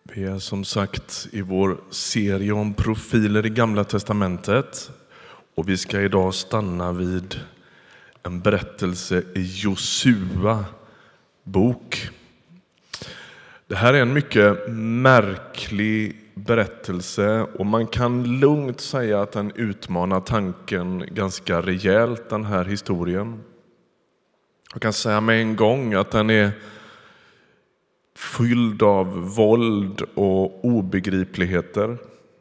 Vi är som sagt i vår serie om profiler i Gamla testamentet och vi ska idag stanna vid en berättelse i Josua bok. Det här är en mycket märklig berättelse och man kan lugnt säga att den utmanar tanken ganska rejält, den här historien. Jag kan säga med en gång att den är fylld av våld och obegripligheter.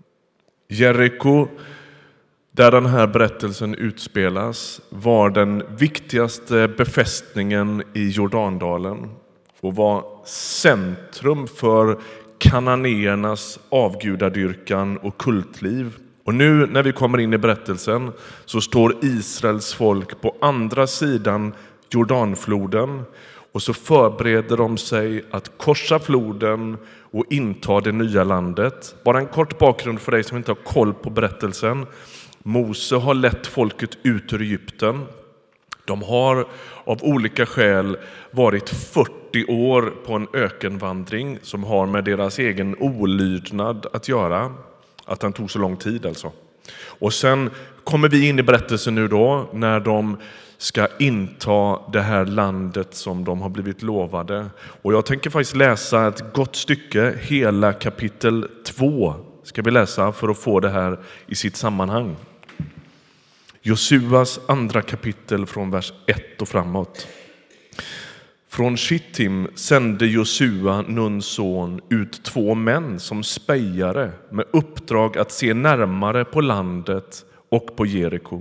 Jeriko, där den här berättelsen utspelas, var den viktigaste befästningen i Jordandalen och var centrum för kananéernas avgudadyrkan och kultliv. Och nu när vi kommer in i berättelsen så står Israels folk på andra sidan Jordanfloden och så förbereder de sig att korsa floden och inta det nya landet. Bara en kort bakgrund för dig som inte har koll på berättelsen. Mose har lett folket ut ur Egypten. De har av olika skäl varit 40 år på en ökenvandring som har med deras egen olydnad att göra. Att den tog så lång tid alltså. Och sen kommer vi in i berättelsen nu då när de ska inta det här landet som de har blivit lovade. Och jag tänker faktiskt läsa ett gott stycke, hela kapitel 2 ska vi läsa för att få det här i sitt sammanhang. Josuas andra kapitel från vers 1 och framåt. Från Shittim sände Josua, Nuns son, ut 2 män som spejare med uppdrag att se närmare på landet och på Jeriko.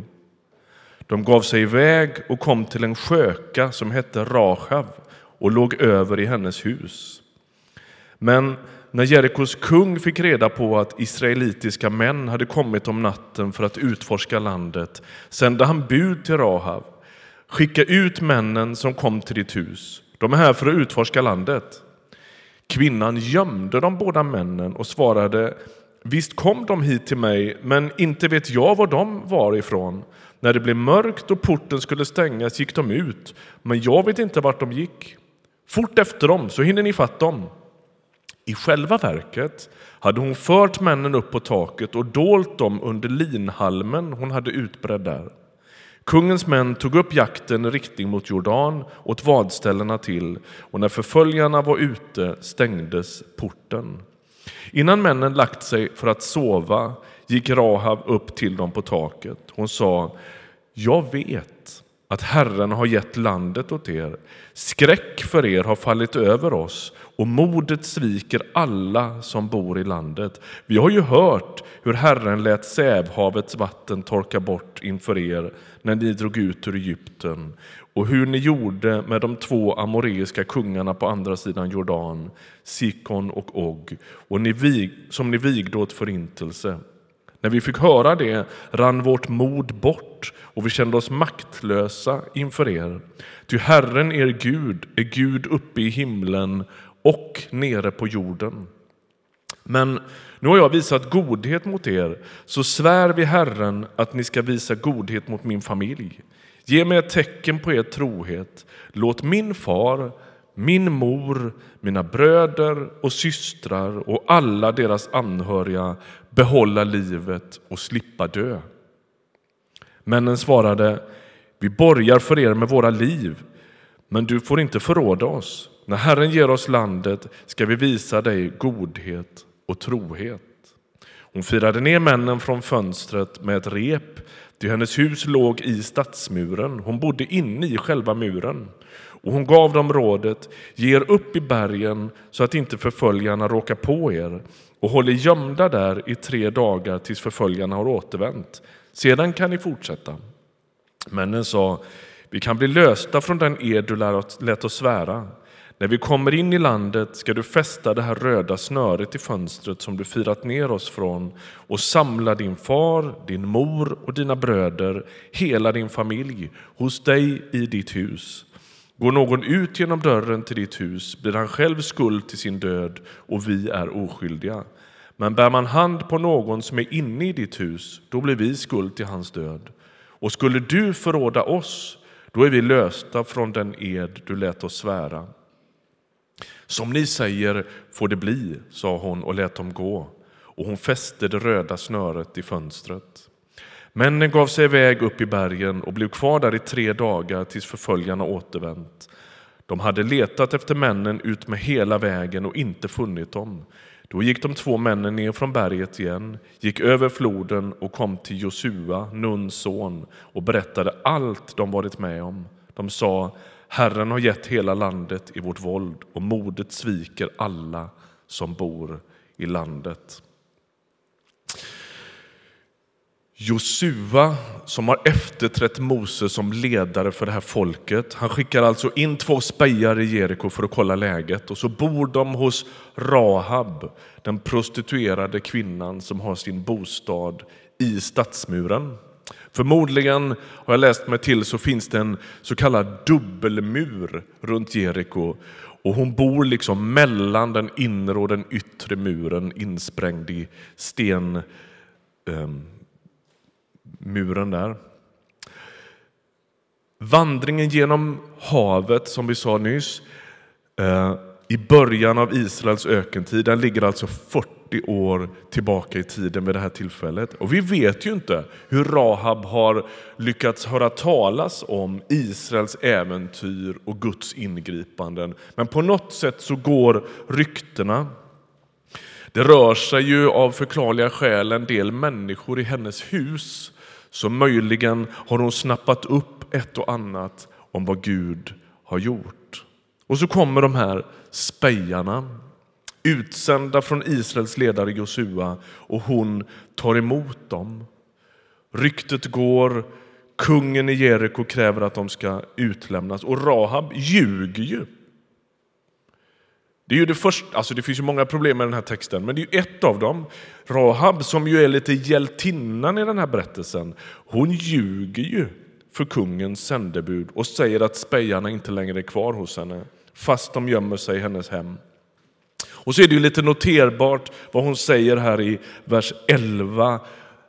De gav sig iväg och kom till en sköka som hette Rahav och låg över i hennes hus. Men när Jerikos kung fick reda på att israelitiska män hade kommit om natten för att utforska landet sände han bud till Rahav. Skicka ut männen som kom till ditt hus. De är här för att utforska landet. Kvinnan gömde de båda männen och svarade: visst kom de hit till mig, men inte vet jag var de var ifrån. När det blev mörkt och porten skulle stängas gick de ut, men jag vet inte vart de gick. Fort efter dem så hinner ni fatt dem. I själva verket hade hon fört männen upp på taket och dolt dem under linhalmen hon hade utbredd där. Kungens män tog upp jakten i riktning mot Jordan åt vadställena till, och när förföljarna var ute stängdes porten. Innan männen lagt sig för att sova gick Rahav upp till dem på taket. Hon sa: jag vet att Herren har gett landet åt er. Skräck för er har fallit över oss och modet sviker alla som bor i landet. Vi har ju hört hur Herren lät Sävhavets vatten torka bort inför er när ni drog ut ur Egypten och hur ni gjorde med de 2 amoreiska kungarna på andra sidan Jordan, Sikon och Og, och som ni vigde åt förintelse. När vi fick höra det rann vårt mod bort och vi kände oss maktlösa inför er. Ty Herren er Gud är Gud uppe i himlen och nere på jorden. Men nu har jag visat godhet mot er, så svär vid Herren att ni ska visa godhet mot min familj. Ge mig ett tecken på er trohet. Låt min far, min mor, mina bröder och systrar och alla deras anhöriga behålla livet och slippa dö. Männen svarade: vi borgar för er med våra liv, men du får inte förråda oss. När Herren ger oss landet ska vi visa dig godhet och trohet. Hon firade ner männen från fönstret med ett rep, ty hennes hus låg i stadsmuren. Hon bodde inne i själva muren. Och hon gav dem rådet: ge er upp i bergen så att inte förföljarna råkar på er, och håll er gömda där i 3 dagar tills förföljarna har återvänt. Sedan kan ni fortsätta. Männen sa: vi kan bli lösta från den ed du lät oss svära. När vi kommer in i landet ska du fästa det här röda snöret i fönstret som du firat ner oss från och samla din far, din mor och dina bröder, hela din familj, hos dig i ditt hus. Går någon ut genom dörren till ditt hus blir han själv skuld till sin död och vi är oskyldiga. Men bär man hand på någon som är inne i ditt hus, då blir vi skuld till hans död. Och skulle du förråda oss, då är vi lösta från den ed du lät oss svära. Som ni säger får det bli, sa hon och lät dem gå. Och hon fäste det röda snöret i fönstret. Männen gav sig iväg upp i bergen och blev kvar där i 3 dagar tills förföljarna återvänt. De hade letat efter männen ut med hela vägen och inte funnit dem. Då gick de 2 männen ner från berget igen, gick över floden och kom till Josua, Nuns son, och berättade allt de varit med om. De sa: Herren har gett hela landet i vårt våld och modet sviker alla som bor i landet. Josua, som har efterträtt Mose som ledare för det här folket, han skickar alltså in 2 spejare i Jeriko för att kolla läget, och så bor de hos Rahab, den prostituerade kvinnan som har sin bostad i stadsmuren. Förmodligen, har jag läst mig till, så finns det en så kallad dubbelmur runt Jeriko, och hon bor liksom mellan den inre och den yttre muren, insprängd i muren där. Vandringen genom havet, som vi sa nyss, i början av Israels ökentid, den ligger alltså 40 år tillbaka i tiden vid det här tillfället. Och vi vet ju inte hur Rahab har lyckats höra talas om Israels äventyr och Guds ingripanden. Men på något sätt så går ryktena. Det rör sig ju av förklarliga skäl en del människor i hennes hus, så möjligen har hon snappat upp ett och annat om vad Gud har gjort. Och så kommer de här spejarna, utsända från Israels ledare Josua, och hon tar emot dem. Ryktet går, kungen i Jeriko kräver att de ska utlämnas, och Rahab ljuger ju. Det är ju det första, alltså det finns ju många problem med den här texten, men det är ju ett av dem. Rahab, som ju är lite hjältinnan i den här berättelsen, hon ljuger ju för kungens sändebud och säger att spejarna inte längre är kvar hos henne, fast de gömmer sig i hennes hem. Och så är det ju lite noterbart vad hon säger här i vers 11,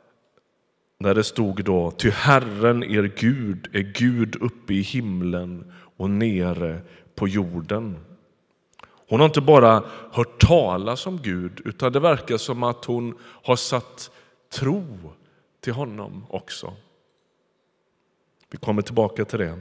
när det stod då: Ty Herren er Gud är Gud uppe i himlen och nere på jorden. Hon har inte bara hört talas om Gud, utan det verkar som att hon har satt tro till honom också. Vi kommer tillbaka till det.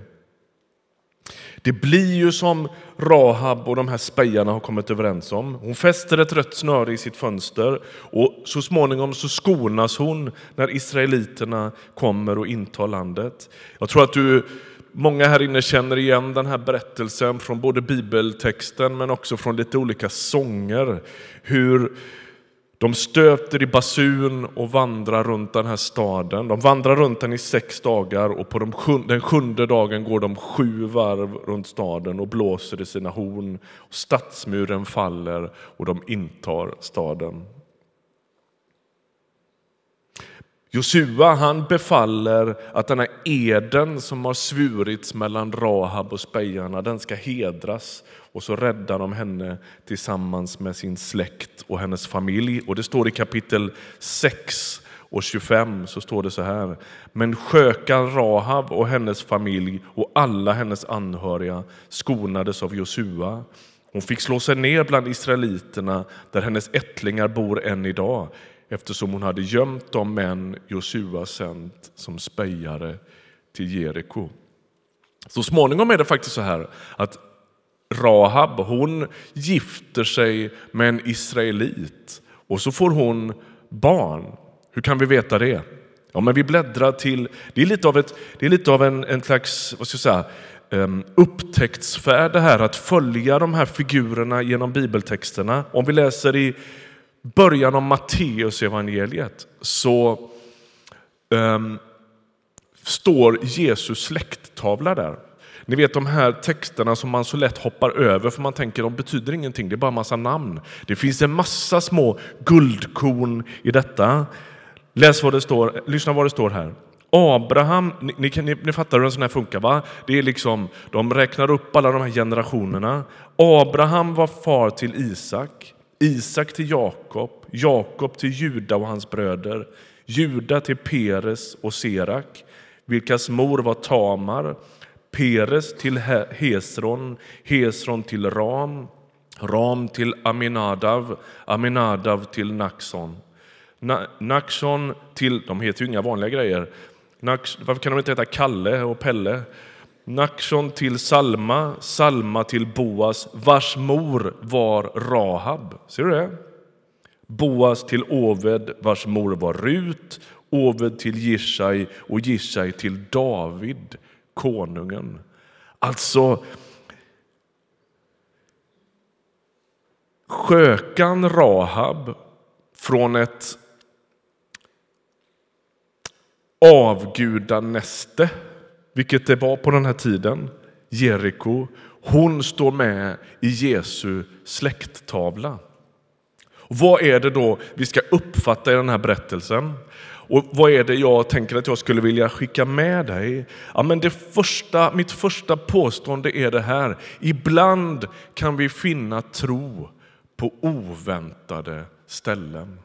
Det blir ju som Rahab och de här spejarna har kommit överens om. Hon fäster ett rött snöre i sitt fönster, och så småningom så skonas hon när israeliterna kommer och intar landet. Jag tror att många här inne känner igen den här berättelsen från både bibeltexten men också från lite olika sånger. Hur de stöter i basun och vandrar runt den här staden. De vandrar runt den i 6 dagar, och på den 7:e dagen går de 7 varv runt staden och blåser i sina horn. Stadsmuren faller och de intar staden. Josua, han befaller att den här eden som har svurits mellan Rahab och spejarna, den ska hedras, och så räddar de henne tillsammans med sin släkt och hennes familj. Och det står i kapitel 6 och 25, så står det så här: Men skökan Rahab och hennes familj och alla hennes anhöriga skonades av Josua. Hon fick slå sig ner bland israeliterna, där hennes ättlingar bor än idag, eftersom hon hade gömt de män Josua sänt som spejare till Jeriko. Så småningom är det faktiskt så här att Rahab, hon gifter sig med en israelit, och så får hon barn. Hur kan vi veta det? Ja, men vi bläddrar till, det är lite av en slags, vad ska jag säga, upptäcktsfärd det här, att följa de här figurerna genom bibeltexterna. Om vi läser i början av Matteus evangeliet, så står Jesus släkttavla där. Ni vet de här texterna som man så lätt hoppar över, för man tänker de betyder ingenting, det är bara massa namn. Det finns en massa små guldkorn i detta. Lyssna vad det står här. Abraham, ni fattar hur en sån här funkar, va? Det är liksom, de räknar upp alla de här generationerna. Abraham var far till Isak, Isak till Jakob, Jakob till Juda och hans bröder, Juda till Peres och Serak, vilkas mor var Tamar, Peres till Hesron, Hesron till Ram, Ram till Aminadav, Aminadav till Naxon. Naxon till, de heter ju inga vanliga grejer. Varför kan de inte heta Kalle och Pelle? Naxon till Salma, Salma till Boas, vars mor var Rahab. Ser du det? Boas till Oved, vars mor var Rut, Oved till Jishai och Jishai till David, konungen. Alltså, skökan Rahab från ett avgudanäste, vilket det var på den här tiden, Jeriko, hon står med i Jesu släkttavla. Och vad är det då vi ska uppfatta i den här berättelsen? Och vad är det jag tänker att jag skulle vilja skicka med dig? Ja, men mitt första påstående är det här. Ibland kan vi finna tro på oväntade ställen.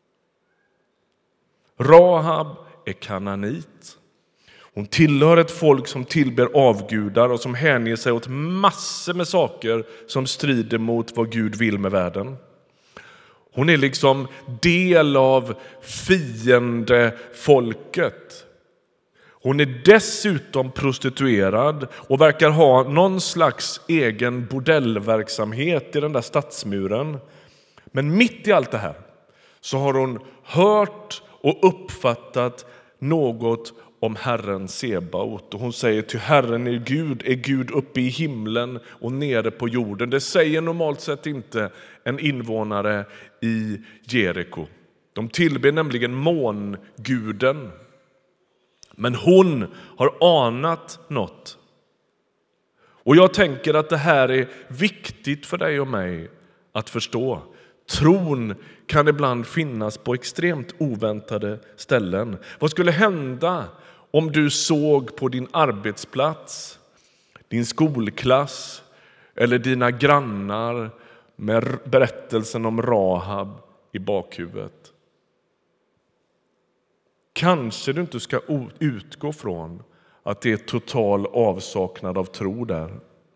Rahab är kananit. Hon tillhör ett folk som tillber avgudar och som hänger sig åt massor med saker som strider mot vad Gud vill med världen. Hon är liksom del av fiendefolket. Hon är dessutom prostituerad och verkar ha någon slags egen bordellverksamhet i den där stadsmuren. Men mitt i allt det här så har hon hört och uppfattat något om Herren Sebaot. Och hon säger till Herren är Gud uppe i himlen och nere på jorden. Det säger normalt sett inte en invånare i Jeriko. De tillber nämligen månguden. Men hon har anat något. Och jag tänker att det här är viktigt för dig och mig att förstå. Tron kan ibland finnas på extremt oväntade ställen. Vad skulle hända om du såg på din arbetsplats, din skolklass eller dina grannar med berättelsen om Rahab i bakhuvudet? Kanske du inte ska utgå från att det är total avsaknad av tro där.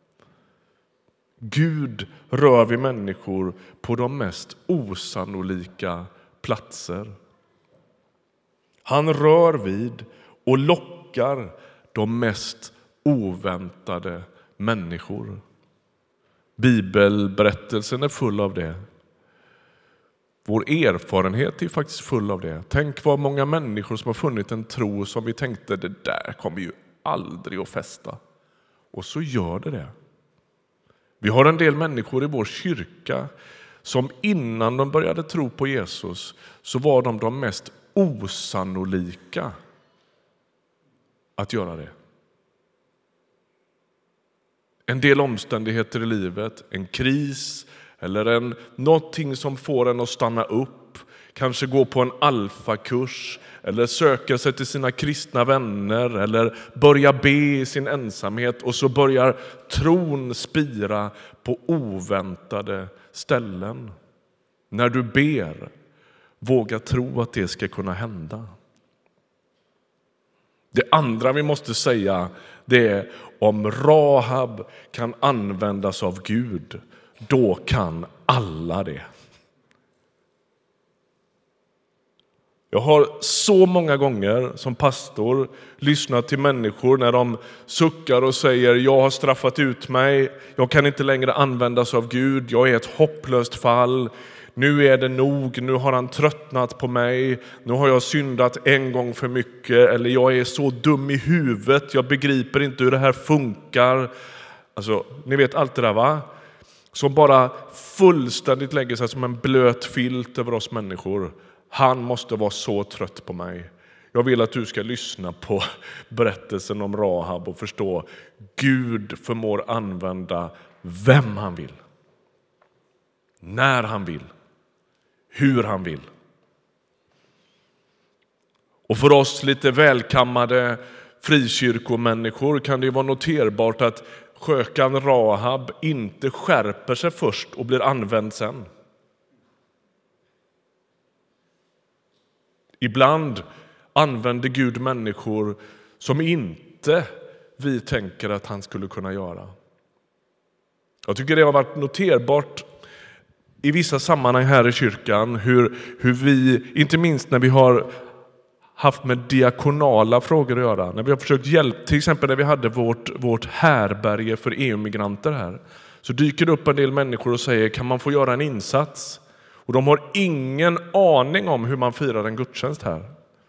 Gud rör vid människor på de mest osannolika platser. Han rör vid och lockar de mest oväntade människor. Bibelberättelsen är full av det. Vår erfarenhet är faktiskt full av det. Tänk vad många människor som har funnit en tro som vi tänkte, det där kommer ju aldrig att fästa. Och så gör det. Vi har en del människor i vår kyrka som innan de började tro på Jesus så var de mest osannolika att göra det. En del omständigheter i livet, en kris eller någonting som får en att stanna upp, kanske gå på en alfakurs eller söka sig till sina kristna vänner eller börja be i sin ensamhet, och så börjar tron spira på oväntade ställen. När du ber, våga tro att det ska kunna hända. Det andra vi måste säga, det är om Rahab kan användas av Gud, då kan alla det. Jag har så många gånger som pastor lyssnat till människor när de suckar och säger jag har straffat ut mig, jag kan inte längre användas av Gud, jag är ett hopplöst fall, nu är det nog, nu har han tröttnat på mig, nu har jag syndat en gång för mycket, eller jag är så dum i huvudet, jag begriper inte hur det här funkar. Alltså, ni vet allt det där, va? Som bara fullständigt lägger sig som en blöt filt över oss människor. Han måste vara så trött på mig. Jag vill att du ska lyssna på berättelsen om Rahab och förstå Gud förmår använda vem han vill, när han vill, hur han vill. Och för oss lite välkammade frikyrkomänniskor kan det vara noterbart att skökan Rahab inte skärper sig först och blir använd sen. Ibland använder Gud människor som inte vi tänker att han skulle kunna göra. Jag tycker det har varit noterbart i vissa sammanhang här i kyrkan hur vi, inte minst när vi har haft med diakonala frågor att göra, när vi har försökt hjälpa, till exempel när vi hade vårt härberge för EU-migranter här, så dyker det upp en del människor och säger, kan man få göra en insats? Och de har ingen aning om hur man firar en gudstjänst här.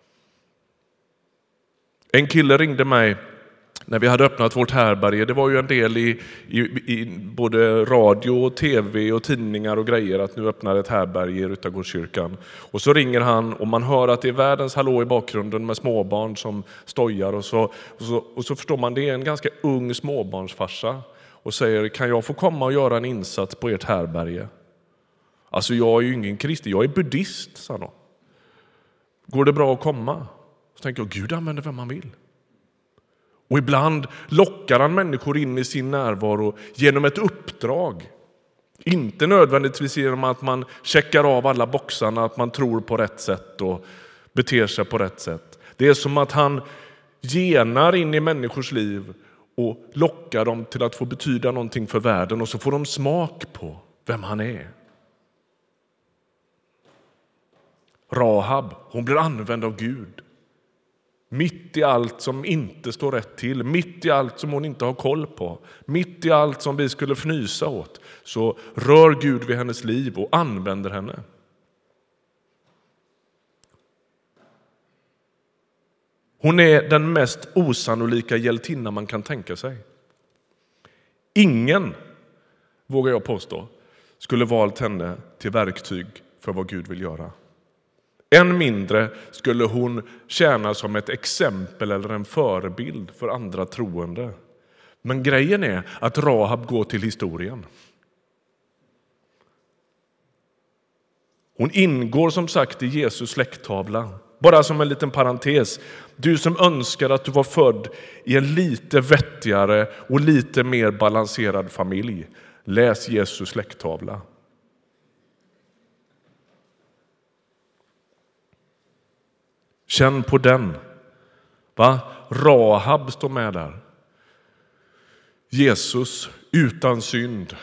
En kille ringde mig när vi hade öppnat vårt härberge. Det var ju en del i både radio och tv och tidningar och grejer att nu öppnar ett härberge i Ryttargårdskyrkan. Och så ringer han och man hör att det är världens hallå i bakgrunden med småbarn som stojar. Och så förstår man, det är en ganska ung småbarnsfarsa och säger, kan jag få komma och göra en insats på ert härberge? Alltså jag är ju ingen kristen, jag är buddhist, sa han. Går det bra att komma? Så tänker jag, Gud använder vem man vill. Och ibland lockar han människor in i sin närvaro genom ett uppdrag. Inte nödvändigtvis genom att man checkar av alla boxarna, att man tror på rätt sätt och beter sig på rätt sätt. Det är som att han genar in i människors liv och lockar dem till att få betyda någonting för världen, och så får de smak på vem han är. Rahab, hon blir använd av Gud. Mitt i allt som inte står rätt till, mitt i allt som hon inte har koll på, mitt i allt som vi skulle fnysa åt, så rör Gud vid hennes liv och använder henne. Hon är den mest osannolika hjältinna man kan tänka sig. Ingen, vågar jag påstå, skulle valt henne till verktyg för vad Gud vill göra. Än mindre skulle hon tjäna som ett exempel eller en förebild för andra troende. Men grejen är att Rahab går till historien. Hon ingår som sagt i Jesus släkttavla. Bara som en liten parentes. Du som önskar att du var född i en lite vettigare och lite mer balanserad familj. Läs Jesus släkttavla. Känn på den. Va? Rahab står med där. Jesus utan synd.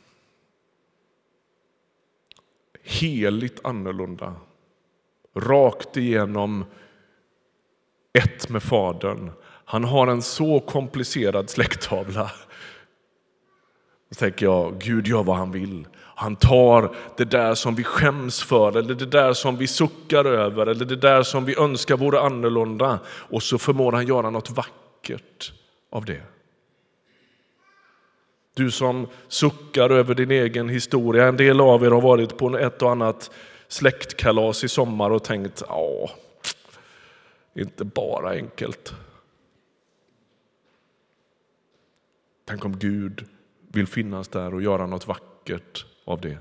Heligt annorlunda. Rakt igenom ett med Fadern. Han har en så komplicerad släkttavla. Då tänker jag, Gud gör vad han vill. Han tar det där som vi skäms för, eller det där som vi suckar över, eller det där som vi önskar vore annorlunda, och så förmår han göra något vackert av det. Du som suckar över din egen historia, en del av er har varit på ett och annat släktkalas i sommar och tänkt, inte bara enkelt. Tänk om Gud vill finnas där och göra något vackert av det.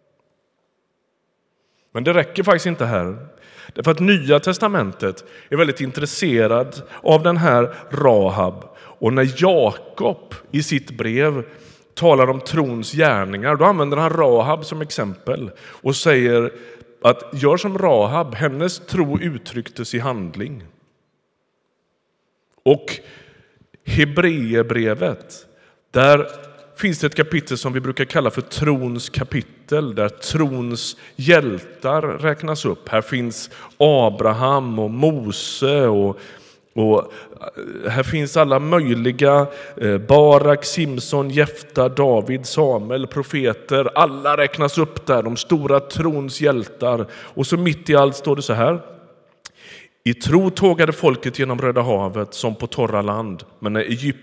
Men det räcker faktiskt inte här. Därför att Nya testamentet är väldigt intresserad av den här Rahab. Och när Jakob i sitt brev talar om trons gärningar, då använder han Rahab som exempel och säger att gör som Rahab, hennes tro uttrycktes i handling. Och Hebreerbrevet, där finns det ett kapitel som vi brukar kalla för trons kapitel, där trons hjältar räknas upp. Här finns Abraham och Mose och här finns alla möjliga, Barak, Simson, Jefta, David, Samuel, profeter. Alla räknas upp där, de stora trons hjältar. Och så mitt i allt står det så här. I tro tågade folket genom Röda havet som på torra land. Men när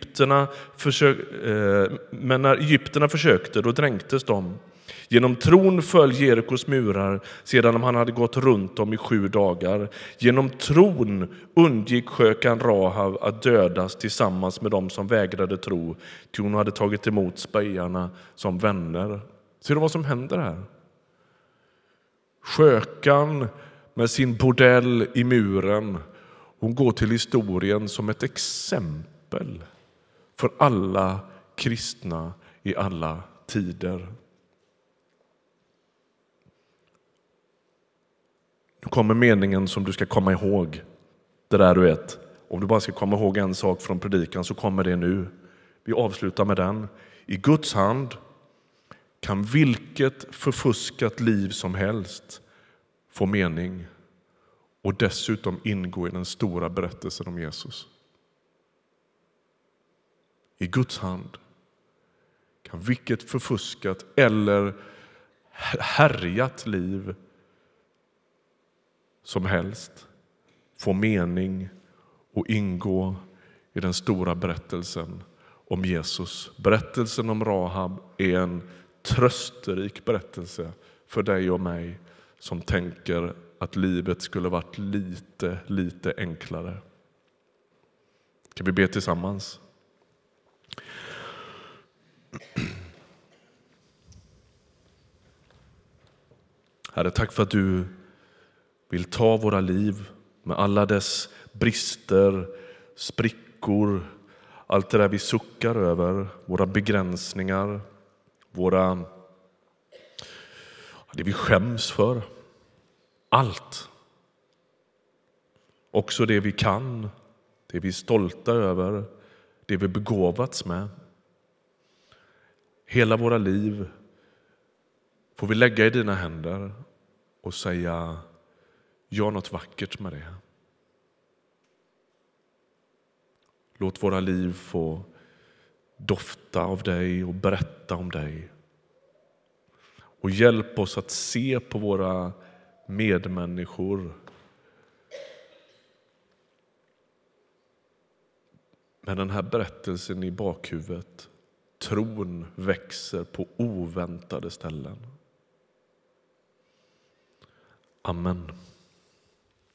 egypterna försökte, då dränktes de. Genom tron föll Jerikos murar sedan han hade gått runt dem i 7 dagar. Genom tron undgick skökan Rahab att dödas tillsammans med dem som vägrade tro. Till hon hade tagit emot spejarna som vänner. Ser du vad som händer här? Skökan med sin bordell i muren. Hon går till historien som ett exempel för alla kristna i alla tider. Nu kommer meningen som du ska komma ihåg. Det där du vet. Om du bara ska komma ihåg en sak från predikan så kommer det nu. Vi avslutar med den. I Guds hand kan vilket förfuskat liv som helst få mening och dessutom ingå i den stora berättelsen om Jesus. I Guds hand kan vilket förfuskat eller härjat liv som helst få mening och ingå i den stora berättelsen om Jesus. Berättelsen om Rahab är en trösterik berättelse för dig och mig som tänker att livet skulle varit lite enklare. Kan vi be tillsammans? Herre, tack för att du vill ta våra liv med alla dess brister, sprickor, allt det där vi suckar över, våra begränsningar, det vi skäms för. Allt. Också det vi kan, det vi är stolta över, det vi begåvats med. Hela våra liv får vi lägga i dina händer och säga: gör något vackert med det. Låt våra liv få dofta av dig och berätta om dig. Och hjälp oss att se på våra medmänniskor med den här berättelsen i bakhuvudet. Tron växer på oväntade ställen. Amen.